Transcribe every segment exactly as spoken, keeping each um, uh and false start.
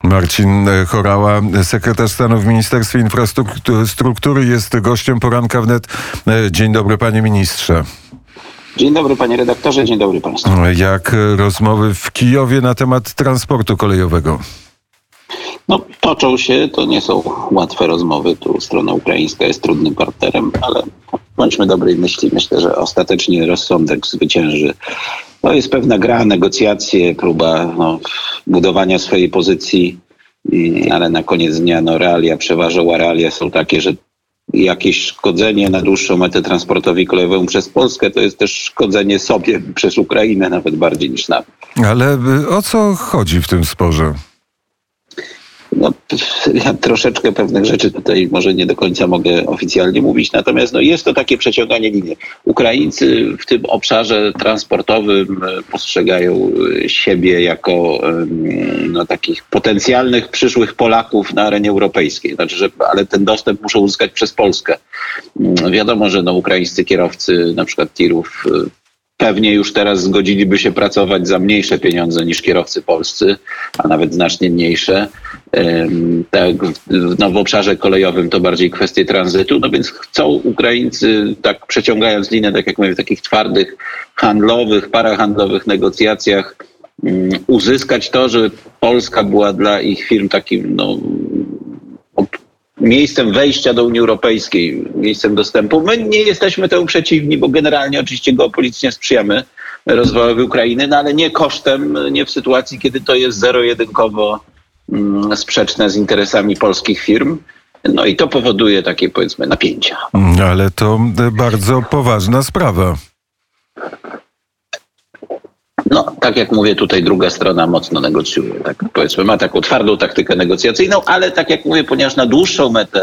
Marcin Horała, sekretarz stanu w Ministerstwie Infrastruktury, jest gościem poranka wnet. Dzień dobry, panie ministrze. Dzień dobry, panie redaktorze, dzień dobry państwu. Jak rozmowy w Kijowie na temat transportu kolejowego? No, toczą się, to nie są łatwe rozmowy. Tu strona ukraińska jest trudnym partnerem, ale bądźmy dobrej myśli. Myślę, że ostatecznie rozsądek zwycięży. To jest pewna gra, negocjacje, próba no, budowania swojej pozycji, ale na koniec dnia no, realia przeważą, a realia są takie, że jakieś szkodzenie na dłuższą metę transportowi kolejowemu przez Polskę to jest też szkodzenie sobie przez Ukrainę, nawet bardziej niż nam. Ale o co chodzi w tym sporze? No, ja troszeczkę pewnych rzeczy tutaj może nie do końca mogę oficjalnie mówić, natomiast no, jest to takie przeciąganie linii. Ukraińcy w tym obszarze transportowym postrzegają siebie jako no, takich potencjalnych przyszłych Polaków na arenie europejskiej. Znaczy, że, ale ten dostęp muszą uzyskać przez Polskę. Wiadomo, że no, ukraińscy kierowcy, na przykład tirów, pewnie już teraz zgodziliby się pracować za mniejsze pieniądze niż kierowcy polscy, a nawet znacznie mniejsze. Tak, no w obszarze kolejowym to bardziej kwestie tranzytu, no więc chcą Ukraińcy, tak przeciągając linię, tak jak mówię, w takich twardych, handlowych, parahandlowych negocjacjach uzyskać to, żeby Polska była dla ich firm takim no, miejscem wejścia do Unii Europejskiej, miejscem dostępu. My nie jesteśmy temu przeciwni, bo generalnie oczywiście geopolitycznie sprzyjamy rozwojowi Ukrainy, no ale nie kosztem, nie w sytuacji, kiedy to jest zero-jedynkowo mm, sprzeczne z interesami polskich firm. No i to powoduje takie, powiedzmy, napięcia. Ale to bardzo poważna sprawa. No, tak jak mówię, tutaj druga strona mocno negocjuje. Tak, powiedzmy, ma taką twardą taktykę negocjacyjną, ale tak jak mówię, ponieważ na dłuższą metę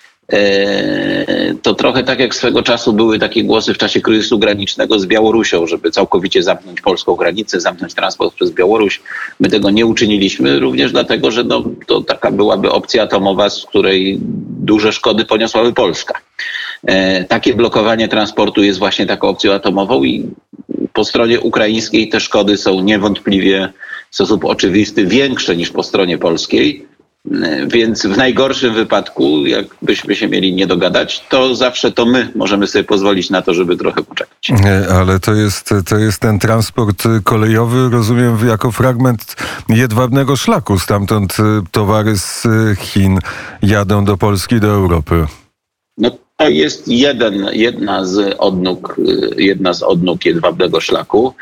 e, to trochę tak jak swego czasu były takie głosy w czasie kryzysu granicznego z Białorusią, żeby całkowicie zamknąć polską granicę, zamknąć transport przez Białoruś. My tego nie uczyniliśmy, również dlatego, że no, to taka byłaby opcja atomowa, z której duże szkody poniosłaby Polska. E, takie blokowanie transportu jest właśnie taką opcją atomową i po stronie ukraińskiej te szkody są niewątpliwie w sposób oczywisty większe niż po stronie polskiej, więc w najgorszym wypadku, jakbyśmy się mieli nie dogadać, to zawsze to my możemy sobie pozwolić na to, żeby trochę poczekać. Ale to jest, to jest ten transport kolejowy, rozumiem, jako fragment jedwabnego szlaku. Stamtąd towary z Chin jadą do Polski, do Europy. No to jest jeden, jedna z odnóg, jedna z odnóg jedwabnego szlaku.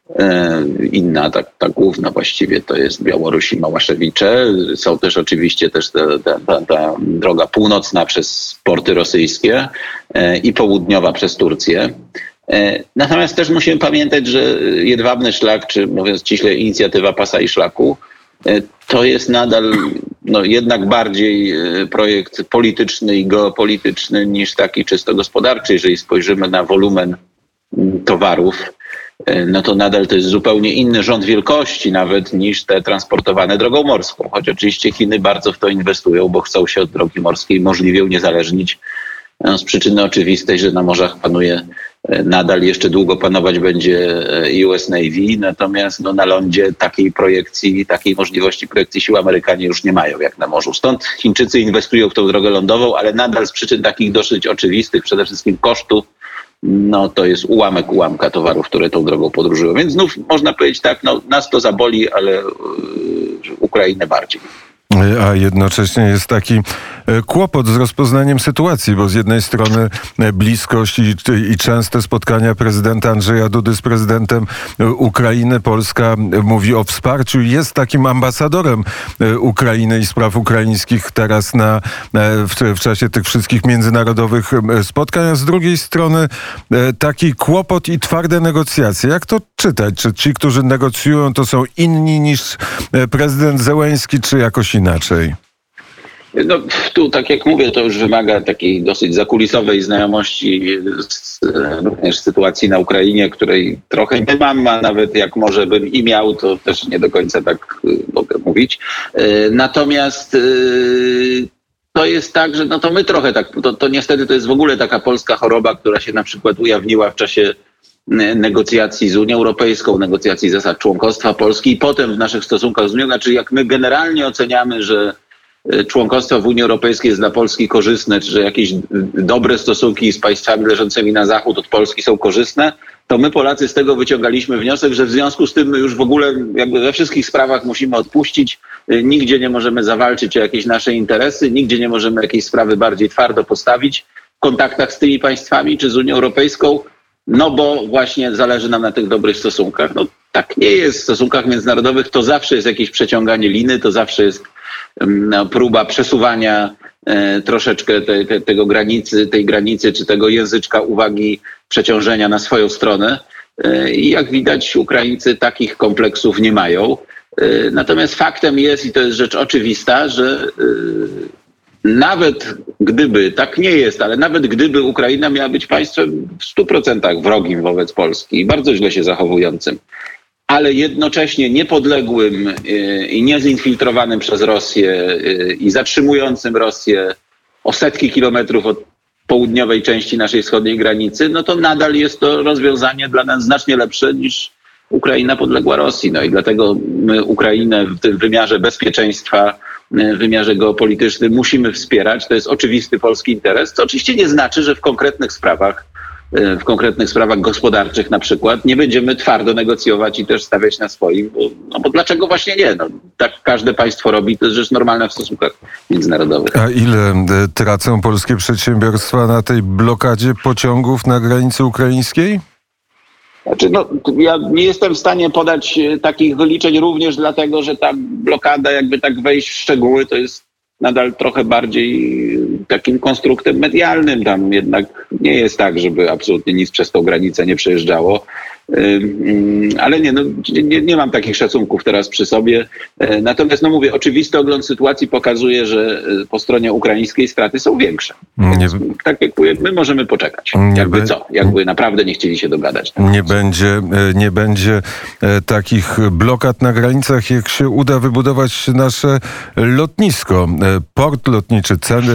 Inna, ta, ta główna właściwie to jest Białoruś i Małaszewicze. Są też oczywiście też ta, ta, ta, ta droga północna przez porty rosyjskie i południowa przez Turcję. Natomiast też musimy pamiętać, że jedwabny szlak, czy mówiąc ściśle inicjatywa Pasa i Szlaku, to jest nadal no, jednak bardziej projekt polityczny i geopolityczny niż taki czysto gospodarczy. Jeżeli spojrzymy na wolumen towarów, no to nadal to jest zupełnie inny rząd wielkości nawet niż te transportowane drogą morską. Choć oczywiście Chiny bardzo w to inwestują, bo chcą się od drogi morskiej możliwie uniezależnić no, z przyczyny oczywistej, że na morzach panuje nadal jeszcze długo panować będzie U S Navy, natomiast no, na lądzie takiej projekcji, takiej możliwości projekcji sił Amerykanie już nie mają jak na morzu. Stąd Chińczycy inwestują w tą drogę lądową, ale nadal z przyczyn takich dosyć oczywistych, przede wszystkim kosztów, no to jest ułamek ułamka towarów, które tą drogą podróżują. Więc znów można powiedzieć tak, no nas to zaboli, ale yy, Ukrainę bardziej. A jednocześnie jest taki kłopot z rozpoznaniem sytuacji, bo z jednej strony bliskość i, i częste spotkania prezydenta Andrzeja Dudy z prezydentem Ukrainy. Polska mówi o wsparciu, jest takim ambasadorem Ukrainy i spraw ukraińskich teraz na, w, w czasie tych wszystkich międzynarodowych spotkań, a z drugiej strony taki kłopot i twarde negocjacje. Jak to czytać? Czy ci, którzy negocjują, to są inni niż prezydent Zełenski, czy jakoś inaczej? No, tu, tak jak mówię, to już wymaga takiej dosyć zakulisowej znajomości z, również sytuacji na Ukrainie, której trochę nie mam, a nawet jak może bym i miał, to też nie do końca tak y, mogę mówić. Y, natomiast y, to jest tak, że no to my trochę tak, to, to niestety to jest w ogóle taka polska choroba, która się na przykład ujawniła w czasie negocjacji z Unią Europejską, negocjacji zasad członkostwa Polski i potem w naszych stosunkach z Unią. Znaczy jak my generalnie oceniamy, że członkostwo w Unii Europejskiej jest dla Polski korzystne, czy że jakieś dobre stosunki z państwami leżącymi na zachód od Polski są korzystne, to my Polacy z tego wyciągaliśmy wniosek, że w związku z tym my już w ogóle jakby we wszystkich sprawach musimy odpuścić, nigdzie nie możemy zawalczyć o jakieś nasze interesy, nigdzie nie możemy jakieś sprawy bardziej twardo postawić w kontaktach z tymi państwami czy z Unią Europejską, no bo właśnie zależy nam na tych dobrych stosunkach. No tak nie jest w stosunkach międzynarodowych, to zawsze jest jakieś przeciąganie liny, to zawsze jest no, próba przesuwania e, troszeczkę te, te, tego granicy, tej granicy czy tego języczka uwagi przeciążenia na swoją stronę. E, I jak widać Ukraińcy takich kompleksów nie mają. E, natomiast faktem jest, i to jest rzecz oczywista, że e, nawet gdyby, tak nie jest, ale nawet gdyby Ukraina miała być państwem w stu procentach wrogim wobec Polski i bardzo źle się zachowującym, ale jednocześnie niepodległym i niezinfiltrowanym przez Rosję i zatrzymującym Rosję o setki kilometrów od południowej części naszej wschodniej granicy, no to nadal jest to rozwiązanie dla nas znacznie lepsze niż Ukraina podległa Rosji. No i dlatego my Ukrainę w tym wymiarze bezpieczeństwa, w wymiarze geopolitycznym musimy wspierać. To jest oczywisty polski interes, co oczywiście nie znaczy, że w konkretnych sprawach, w konkretnych sprawach gospodarczych na przykład nie będziemy twardo negocjować i też stawiać na swoim, bo, no bo dlaczego właśnie nie? No, tak każde państwo robi, to jest rzecz normalna w stosunkach międzynarodowych. A ile tracą polskie przedsiębiorstwa na tej blokadzie pociągów na granicy ukraińskiej? Znaczy, no, ja nie jestem w stanie podać takich wyliczeń również dlatego, że ta blokada, jakby tak wejść w szczegóły, to jest nadal trochę bardziej takim konstruktem medialnym. Tam jednak nie jest tak, żeby absolutnie nic przez tą granicę nie przejeżdżało. Ale nie, no, nie, nie mam takich szacunków teraz przy sobie. Natomiast no mówię, oczywisty ogląd sytuacji pokazuje, że po stronie ukraińskiej straty są większe. Nie, tak jak mówię, my możemy poczekać. Jakby co? Jakby naprawdę nie chcieli się dogadać. Nie będzie, nie będzie takich blokad na granicach, jak się uda wybudować nasze lotnisko. Port lotniczy,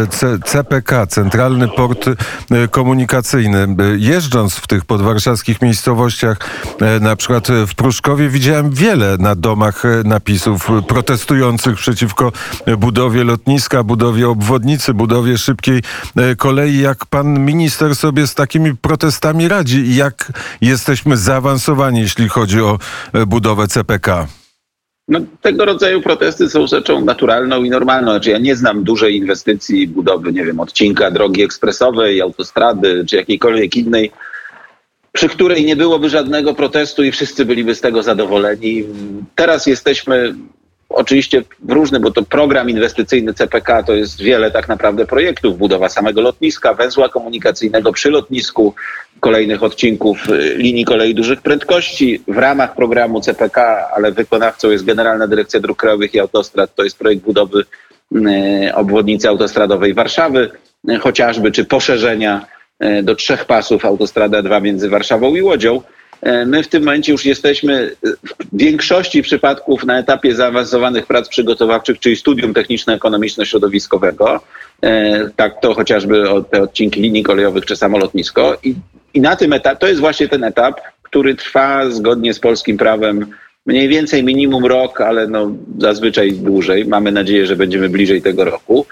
C P K, Centralny Port Komunikacyjny. Jeżdżąc w tych podwarszawskich miejscowościach, na przykład w Pruszkowie, widziałem wiele na domach napisów protestujących przeciwko budowie lotniska, budowie obwodnicy, budowie szybkiej kolei. Jak pan minister sobie z takimi protestami radzi i jak jesteśmy zaawansowani, jeśli chodzi o budowę C P K? No, tego rodzaju protesty są rzeczą naturalną i normalną. Znaczy, ja nie znam dużej inwestycji budowy, nie wiem, odcinka drogi ekspresowej, autostrady czy jakiejkolwiek innej, przy której nie byłoby żadnego protestu i wszyscy byliby z tego zadowoleni. Teraz jesteśmy oczywiście w różnym, bo to program inwestycyjny C P K to jest wiele tak naprawdę projektów. Budowa samego lotniska, węzła komunikacyjnego przy lotnisku, kolejnych odcinków linii kolei dużych prędkości. W ramach programu C P K, ale wykonawcą jest Generalna Dyrekcja Dróg Krajowych i Autostrad, to jest projekt budowy obwodnicy autostradowej Warszawy chociażby, czy poszerzenia do trzech pasów autostrada dwa między Warszawą i Łodzią. My w tym momencie już jesteśmy w większości przypadków na etapie zaawansowanych prac przygotowawczych, czyli studium techniczno-ekonomiczno-środowiskowego. Tak to chociażby o te odcinki linii kolejowych czy samolotnisko. I, i na tym etapie, to jest właśnie ten etap, który trwa zgodnie z polskim prawem mniej więcej minimum rok, ale no zazwyczaj dłużej. Mamy nadzieję, że będziemy bliżej tego roku.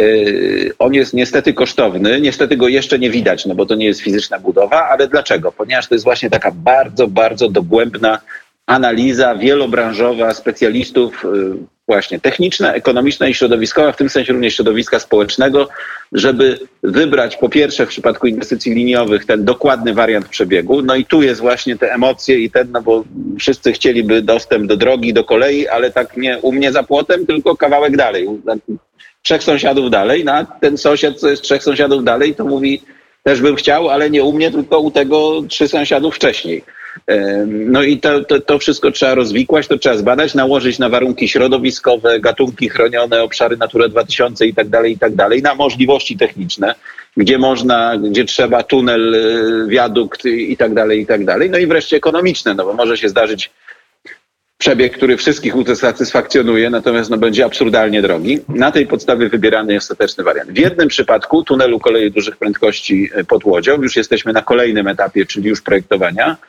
On jest niestety kosztowny, niestety go jeszcze nie widać, no bo to nie jest fizyczna budowa, ale dlaczego? Ponieważ to jest właśnie taka bardzo, bardzo dogłębna analiza wielobranżowa specjalistów właśnie techniczna, ekonomiczna i środowiskowa, w tym sensie również środowiska społecznego, żeby wybrać po pierwsze w przypadku inwestycji liniowych ten dokładny wariant przebiegu. No i tu jest właśnie te emocje i ten, no bo wszyscy chcieliby dostęp do drogi, do kolei, ale tak nie u mnie za płotem, tylko kawałek dalej. Trzech sąsiadów dalej, no a ten sąsiad, co jest trzech sąsiadów dalej, to mówi, też bym chciał, ale nie u mnie, tylko u tego trzy sąsiadów wcześniej. No i to, to, to wszystko trzeba rozwikłać, to trzeba zbadać, nałożyć na warunki środowiskowe, gatunki chronione, obszary Natura dwa tysiące i tak dalej, i tak dalej, na możliwości techniczne, gdzie można, gdzie trzeba tunel, wiadukt i tak dalej, i tak dalej. No i wreszcie ekonomiczne, no bo może się zdarzyć przebieg, który wszystkich usatysfakcjonuje, natomiast no, będzie absurdalnie drogi. Na tej podstawie wybierany jest ostateczny wariant. W jednym przypadku tunelu kolei dużych prędkości pod Łodzią, już jesteśmy na kolejnym etapie, czyli już projektowania.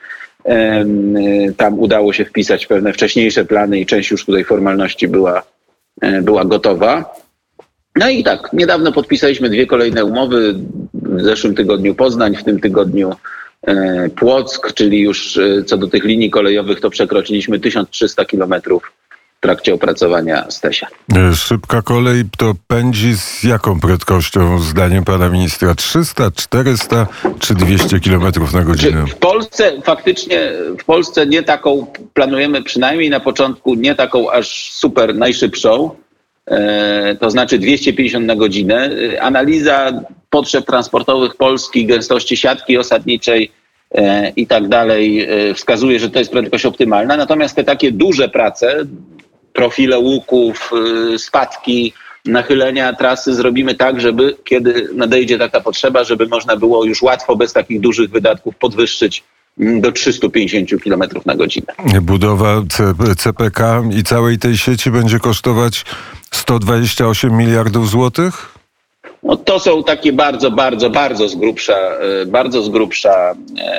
Tam udało się wpisać pewne wcześniejsze plany i część już tutaj formalności była, była gotowa. No i tak, niedawno podpisaliśmy dwie kolejne umowy. W zeszłym tygodniu Poznań, w tym tygodniu Płock, czyli już co do tych linii kolejowych to przekroczyliśmy tysiąc trzysta kilometrów w trakcie opracowania Stesia. Szybka kolej to pędzi z jaką prędkością zdaniem pana ministra? trzysta, czterysta czy dwieście kilometrów na godzinę? W Polsce faktycznie, w Polsce nie taką, planujemy przynajmniej na początku, nie taką aż super najszybszą, to znaczy dwieście pięćdziesiąt na godzinę. Analiza potrzeb transportowych Polski, gęstości siatki osadniczej i tak dalej wskazuje, że to jest prędkość optymalna. Natomiast te takie duże prace, profile łuków, spadki, nachylenia trasy zrobimy tak, żeby kiedy nadejdzie taka potrzeba, żeby można było już łatwo bez takich dużych wydatków podwyższyć do trzysta pięćdziesiąt kilometrów na godzinę. Budowa C P K i całej tej sieci będzie kosztować sto dwadzieścia osiem miliardów złotych? No to są takie bardzo, bardzo, bardzo z grubsza, bardzo z grubsza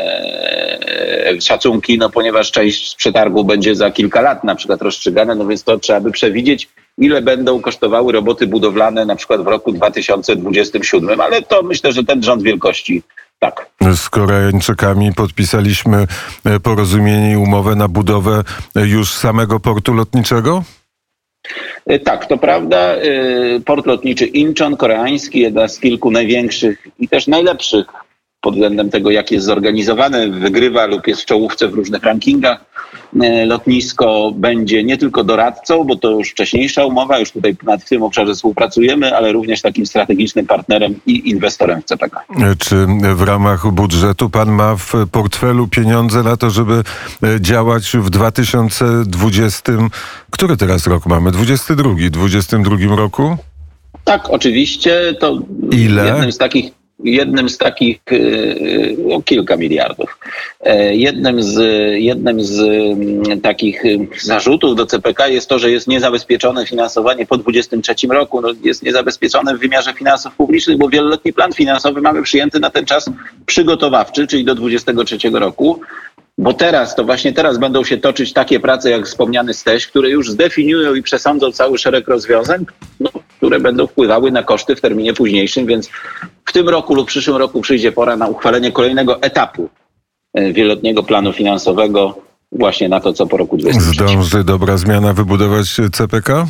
e, szacunki, no ponieważ część z przetargu będzie za kilka lat na przykład rozstrzygane, no więc to trzeba by przewidzieć, ile będą kosztowały roboty budowlane na przykład w roku dwa tysiące dwudziestym siódmym, ale to myślę, że ten rząd wielkości tak. Z Koreańczykami podpisaliśmy porozumienie i umowę na budowę już samego portu lotniczego? Tak, to prawda. Port lotniczy Incheon, koreański, jedna z kilku największych i też najlepszych pod względem tego, jak jest zorganizowany, wygrywa lub jest w czołówce w różnych rankingach. Lotnisko będzie nie tylko doradcą, bo to już wcześniejsza umowa, już tutaj nad tym obszarze współpracujemy, ale również takim strategicznym partnerem i inwestorem w C P K. Czy w ramach budżetu pan ma w portfelu pieniądze na to, żeby działać w dwa tysiące dwudziestym, który teraz rok mamy? dwudziesty drugi, dwudziestym drugim roku? Tak, oczywiście. To ile? Jednym z takich Jednym z takich, o kilka miliardów. Jednym z, jednym z takich zarzutów do C P K jest to, że jest niezabezpieczone finansowanie po dwudziestym trzecim roku. No, jest niezabezpieczone w wymiarze finansów publicznych, bo wieloletni plan finansowy mamy przyjęty na ten czas przygotowawczy, czyli do dwudziestego trzeciego roku. Bo teraz, to właśnie teraz będą się toczyć takie prace, jak wspomniany Steś, które już zdefiniują i przesądzą cały szereg rozwiązań, no, które będą wpływały na koszty w terminie późniejszym, więc w tym roku lub przyszłym roku przyjdzie pora na uchwalenie kolejnego etapu wieloletniego planu finansowego właśnie na to, co po roku dwudziestym trzecim. Zdąży dobra zmiana wybudować C P K?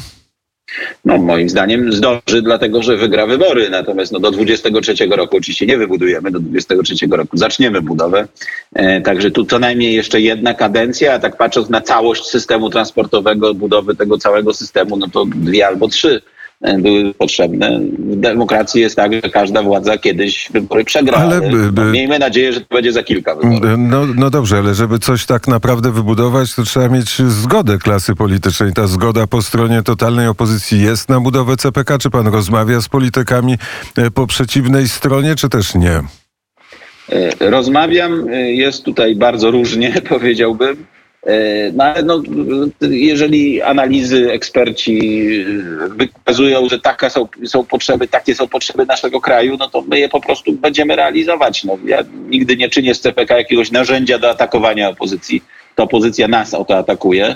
No moim zdaniem zdąży, dlatego że wygra wybory. Natomiast no, do dwudziestego trzeciego roku oczywiście nie wybudujemy, do dwudziestego trzeciego roku zaczniemy budowę. E, także tu co najmniej jeszcze jedna kadencja, a tak patrząc na całość systemu transportowego, budowy tego całego systemu, no to dwie albo trzy były potrzebne. W demokracji jest tak, że każda władza kiedyś wybory przegra. Ale by, by... No, miejmy nadzieję, że to będzie za kilka wyborów. No, no dobrze, ale żeby coś tak naprawdę wybudować, to trzeba mieć zgodę klasy politycznej. Ta zgoda po stronie totalnej opozycji jest na budowę C P K? Czy pan rozmawia z politykami po przeciwnej stronie, czy też nie? Rozmawiam. Jest tutaj bardzo różnie, powiedziałbym. No ale no, jeżeli analizy eksperci wykazują, że takie są, są potrzeby, takie są potrzeby naszego kraju, no to my je po prostu będziemy realizować. No, ja nigdy nie czynię z C P K jakiegoś narzędzia do atakowania opozycji. To opozycja nas o to atakuje.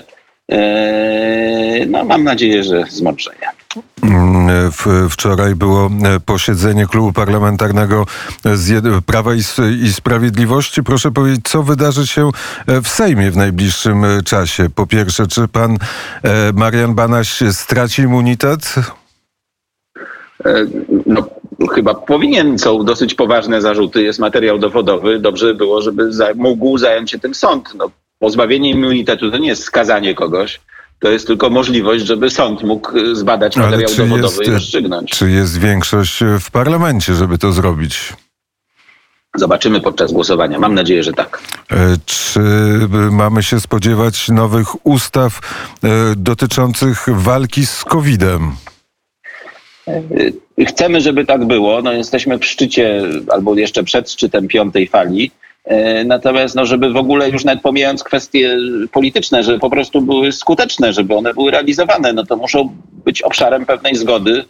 No mam nadzieję, że zmądrzeje. Wczoraj było posiedzenie Klubu Parlamentarnego Prawa i Sprawiedliwości. Proszę powiedzieć, co wydarzy się w Sejmie w najbliższym czasie? Po pierwsze, czy pan Marian Banaś straci immunitet? No, chyba powinien. Są dosyć poważne zarzuty. Jest materiał dowodowy. Dobrze by było, żeby za- mógł zająć się tym sąd. No, pozbawienie immunitetu to nie jest skazanie kogoś. To jest tylko możliwość, żeby sąd mógł zbadać materiał dowodowy jest, i rozstrzygnąć. Czy jest większość w parlamencie, żeby to zrobić? Zobaczymy podczas głosowania. Mam nadzieję, że tak. Czy mamy się spodziewać nowych ustaw dotyczących walki z kowidem? Chcemy, żeby tak było. No, jesteśmy w szczycie, albo jeszcze przed szczytem piątej fali. Natomiast no, żeby w ogóle już nawet pomijając kwestie polityczne, żeby po prostu były skuteczne, żeby one były realizowane, no to muszą być obszarem pewnej zgody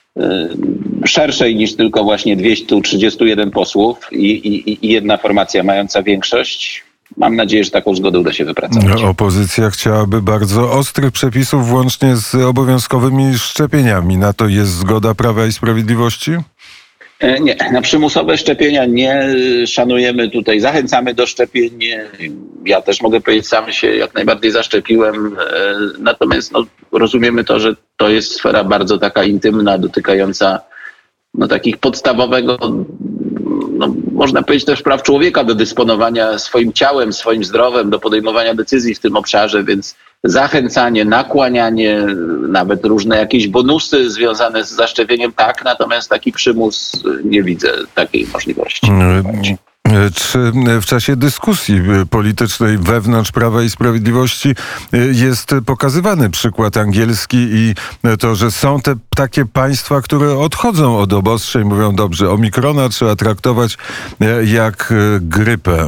szerszej niż tylko właśnie dwieście trzydzieści jeden posłów i, i, i jedna formacja mająca większość. Mam nadzieję, że taką zgodę uda się wypracować. No, opozycja chciałaby bardzo ostrych przepisów, włącznie z obowiązkowymi szczepieniami. Na to jest zgoda Prawa i Sprawiedliwości? Nie, na przymusowe szczepienia nie szanujemy tutaj, zachęcamy do szczepień. Ja też mogę powiedzieć, sam się jak najbardziej zaszczepiłem. Natomiast no, rozumiemy to, że to jest sfera bardzo taka intymna, dotykająca no, takich podstawowego, no, można powiedzieć też praw człowieka do dysponowania swoim ciałem, swoim zdrowiem, do podejmowania decyzji w tym obszarze, więc zachęcanie, nakłanianie, nawet różne jakieś bonusy związane z zaszczepieniem, tak, natomiast taki przymus nie widzę takiej możliwości. Czy w czasie dyskusji politycznej wewnątrz Prawa i Sprawiedliwości jest pokazywany przykład angielski i to, że są te takie państwa, które odchodzą od obostrzeń, mówią dobrze, omikrona trzeba traktować jak grypę?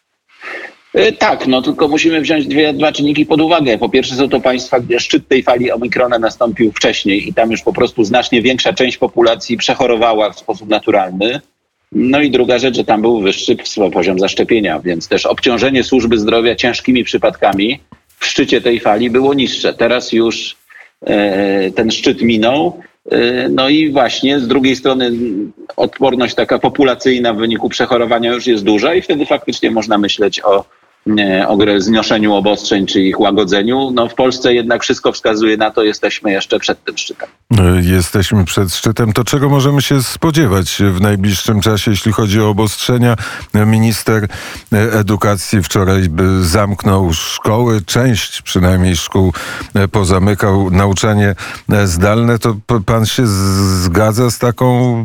Tak, no tylko musimy wziąć dwie, dwa czynniki pod uwagę. Po pierwsze są to państwa, gdzie szczyt tej fali omikrona nastąpił wcześniej i tam już po prostu znacznie większa część populacji przechorowała w sposób naturalny. No i druga rzecz, że tam był wyższy poziom zaszczepienia, więc też obciążenie służby zdrowia ciężkimi przypadkami w szczycie tej fali było niższe. Teraz już e, ten szczyt minął. E, no i właśnie z drugiej strony odporność taka populacyjna w wyniku przechorowania już jest duża i wtedy faktycznie można myśleć o o znoszeniu obostrzeń czy ich łagodzeniu. No w Polsce jednak wszystko wskazuje na to, jesteśmy jeszcze przed tym szczytem. Jesteśmy przed szczytem. To czego możemy się spodziewać w najbliższym czasie, jeśli chodzi o obostrzenia? Minister edukacji wczoraj zamknął szkoły, część przynajmniej szkół pozamykał, nauczanie zdalne. To pan się zgadza z taką...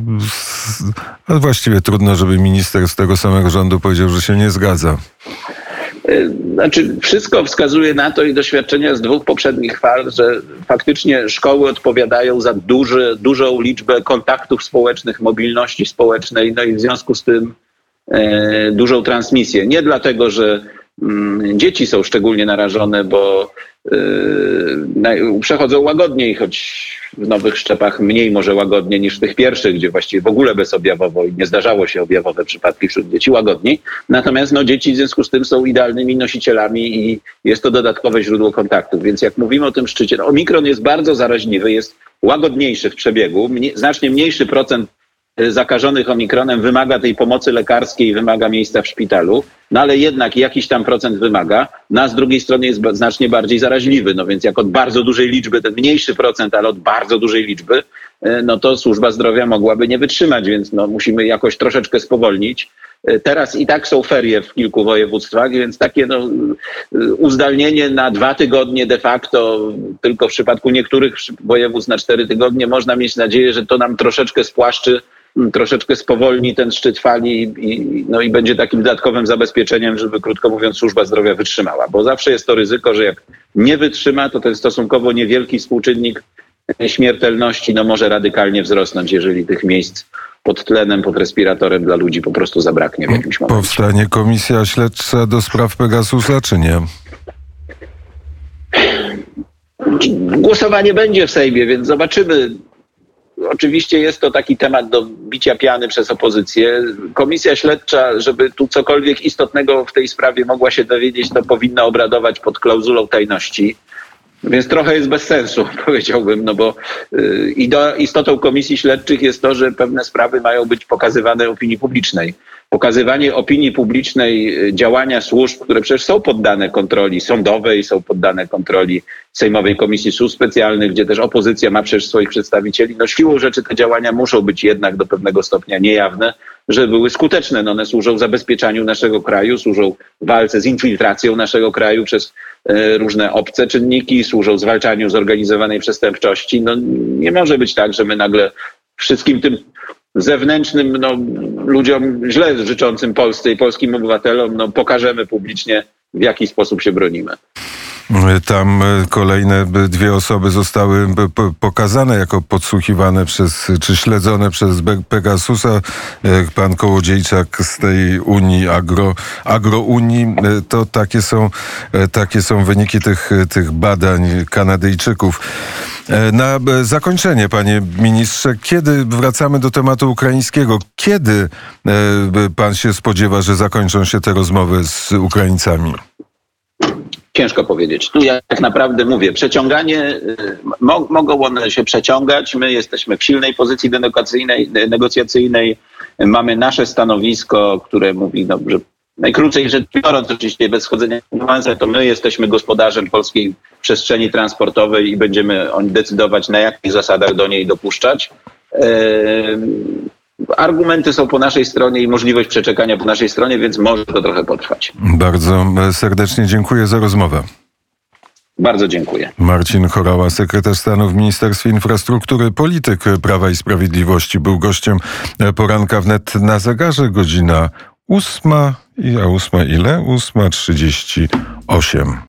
No właściwie trudno, żeby minister z tego samego rządu powiedział, że się nie zgadza. Znaczy, wszystko wskazuje na to i doświadczenia z dwóch poprzednich fal, że faktycznie szkoły odpowiadają za duży, dużą liczbę kontaktów społecznych, mobilności społecznej, no i w związku z tym e, dużą transmisję. Nie dlatego, że mm, dzieci są szczególnie narażone, bo e, przechodzą łagodniej, choć w nowych szczepach mniej może łagodnie niż w tych pierwszych, gdzie właściwie w ogóle bezobjawowo i nie zdarzało się objawowe przypadki wśród dzieci łagodniej. Natomiast no, dzieci w związku z tym są idealnymi nosicielami i jest to dodatkowe źródło kontaktów. Więc jak mówimy o tym szczycie, no, omikron jest bardzo zaraźliwy, jest łagodniejszy w przebiegu, mnie, znacznie mniejszy procent zakażonych omikronem wymaga tej pomocy lekarskiej, wymaga miejsca w szpitalu, no ale jednak jakiś tam procent wymaga, no a z drugiej strony jest znacznie bardziej zaraźliwy, no więc jak od bardzo dużej liczby, ten mniejszy procent, ale od bardzo dużej liczby, no to służba zdrowia mogłaby nie wytrzymać, więc no musimy jakoś troszeczkę spowolnić. Teraz i tak są ferie w kilku województwach, więc takie no, uzdalnienie na dwa tygodnie de facto, tylko w przypadku niektórych województw na cztery tygodnie, można mieć nadzieję, że to nam troszeczkę spłaszczy, troszeczkę spowolni ten szczyt fali i, no i będzie takim dodatkowym zabezpieczeniem, żeby krótko mówiąc służba zdrowia wytrzymała. Bo zawsze jest to ryzyko, że jak nie wytrzyma, to ten stosunkowo niewielki współczynnik śmiertelności no, może radykalnie wzrosnąć, jeżeli tych miejsc pod tlenem, pod respiratorem dla ludzi po prostu zabraknie w jakimś momencie. Powstanie komisja śledcza do spraw Pegasusa, czy nie? Głosowanie będzie w Sejmie, więc zobaczymy. Oczywiście jest to taki temat do bicia piany przez opozycję. Komisja śledcza, żeby tu cokolwiek istotnego w tej sprawie mogła się dowiedzieć, to powinna obradować pod klauzulą tajności. Więc trochę jest bez sensu, powiedziałbym, no bo yy, istotą komisji śledczych jest to, że pewne sprawy mają być pokazywane opinii publicznej. Pokazywanie opinii publicznej działania służb, które przecież są poddane kontroli sądowej, są poddane kontroli Sejmowej Komisji Służb Specjalnych, gdzie też opozycja ma przecież swoich przedstawicieli. No siłą rzeczy te działania muszą być jednak do pewnego stopnia niejawne, żeby były skuteczne. No one służą zabezpieczaniu naszego kraju, służą walce z infiltracją naszego kraju przez e, różne obce czynniki, służą zwalczaniu zorganizowanej przestępczości. No nie może być tak, że my nagle wszystkim tym zewnętrznym no, ludziom źle życzącym Polsce i polskim obywatelom no, pokażemy publicznie, w jaki sposób się bronimy. Tam kolejne dwie osoby zostały pokazane jako podsłuchiwane przez, czy śledzone przez Pegasusa. Pan Kołodziejczak z tej Unii, Agro, Agrounii. To takie są, takie są wyniki tych, tych badań Kanadyjczyków. Na zakończenie, panie ministrze, kiedy wracamy do tematu ukraińskiego? Kiedy pan się spodziewa, że zakończą się te rozmowy z Ukraińcami? Ciężko powiedzieć. Tu ja tak naprawdę mówię, przeciąganie, mo, mogą one się przeciągać. My jesteśmy w silnej pozycji negocjacyjnej, negocjacyjnej. Mamy nasze stanowisko, które mówi, no, że najkrócej rzecz biorąc, oczywiście bez wchodzenia w niuanse, to my jesteśmy gospodarzem polskiej przestrzeni transportowej i będziemy decydować, na jakich zasadach do niej dopuszczać. Argumenty są po naszej stronie i możliwość przeczekania po naszej stronie, więc może to trochę potrwać. Bardzo serdecznie dziękuję za rozmowę. Bardzo dziękuję. Marcin Horała, sekretarz stanu w Ministerstwie Infrastruktury, polityk Prawa i Sprawiedliwości, był gościem poranka wnet na zegarze. Godzina ósma, a ósma ile? ósma trzydzieści osiem.